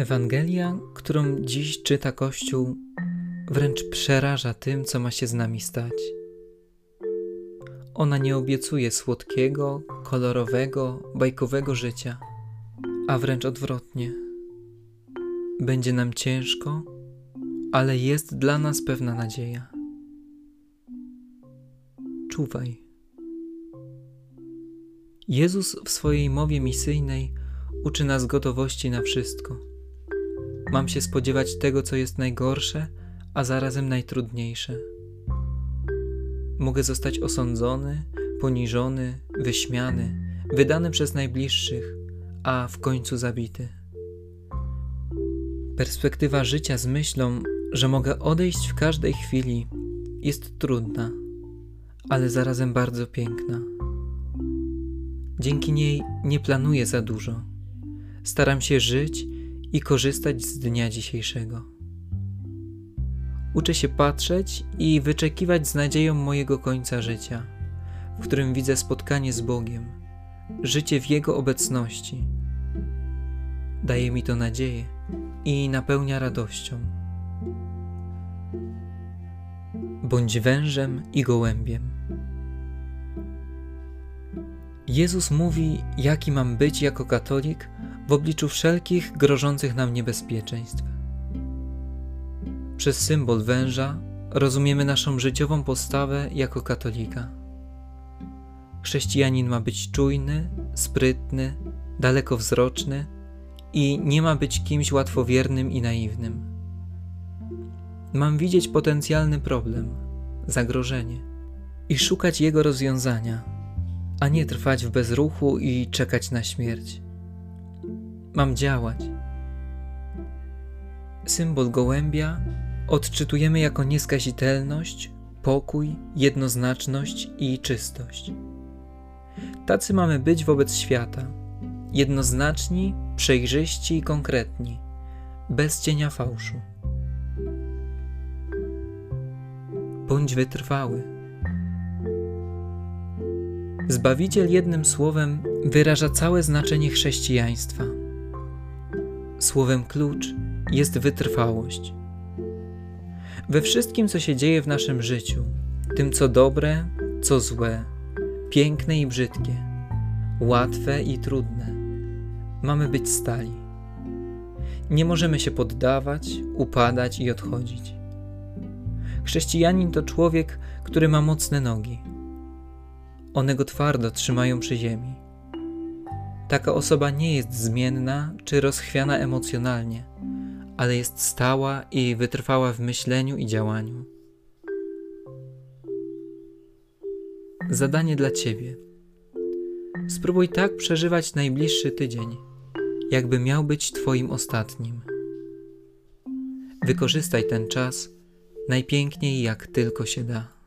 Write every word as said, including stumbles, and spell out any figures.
Ewangelia, którą dziś czyta Kościół, wręcz przeraża tym, co ma się z nami stać. Ona nie obiecuje słodkiego, kolorowego, bajkowego życia, a wręcz odwrotnie. Będzie nam ciężko, ale jest dla nas pewna nadzieja. Czuwaj. Jezus w swojej mowie misyjnej uczy nas gotowości na wszystko. Mam się spodziewać tego, co jest najgorsze, a zarazem najtrudniejsze. Mogę zostać osądzony, poniżony, wyśmiany, wydany przez najbliższych, a w końcu zabity. Perspektywa życia z myślą, że mogę odejść w każdej chwili, jest trudna, ale zarazem bardzo piękna. Dzięki niej nie planuję za dużo. Staram się żyć i korzystać z dnia dzisiejszego. Uczę się patrzeć i wyczekiwać z nadzieją mojego końca życia, w którym widzę spotkanie z Bogiem, życie w Jego obecności. Daje mi to nadzieję i napełnia radością. Bądź wężem i gołębiem. Jezus mówi, jaki mam być jako katolik w obliczu wszelkich grożących nam niebezpieczeństw. Przez symbol węża rozumiemy naszą życiową postawę jako katolika. Chrześcijanin ma być czujny, sprytny, dalekowzroczny i nie ma być kimś łatwowiernym i naiwnym. Mam widzieć potencjalny problem, zagrożenie i szukać jego rozwiązania, a nie trwać w bezruchu i czekać na śmierć. Mam działać. Symbol gołębia odczytujemy jako nieskazitelność, pokój, jednoznaczność i czystość. Tacy mamy być wobec świata. Jednoznaczni, przejrzyści i konkretni, bez cienia fałszu. Bądź wytrwały. Zbawiciel jednym słowem wyraża całe znaczenie chrześcijaństwa. Słowem klucz jest wytrwałość. We wszystkim, co się dzieje w naszym życiu, tym co dobre, co złe, piękne i brzydkie, łatwe i trudne, mamy być stali. Nie możemy się poddawać, upadać i odchodzić. Chrześcijanin to człowiek, który ma mocne nogi. One go twardo trzymają przy ziemi. Taka osoba nie jest zmienna czy rozchwiana emocjonalnie, ale jest stała i wytrwała w myśleniu i działaniu. Zadanie dla Ciebie. Spróbuj tak przeżywać najbliższy tydzień, jakby miał być Twoim ostatnim. Wykorzystaj ten czas najpiękniej jak tylko się da.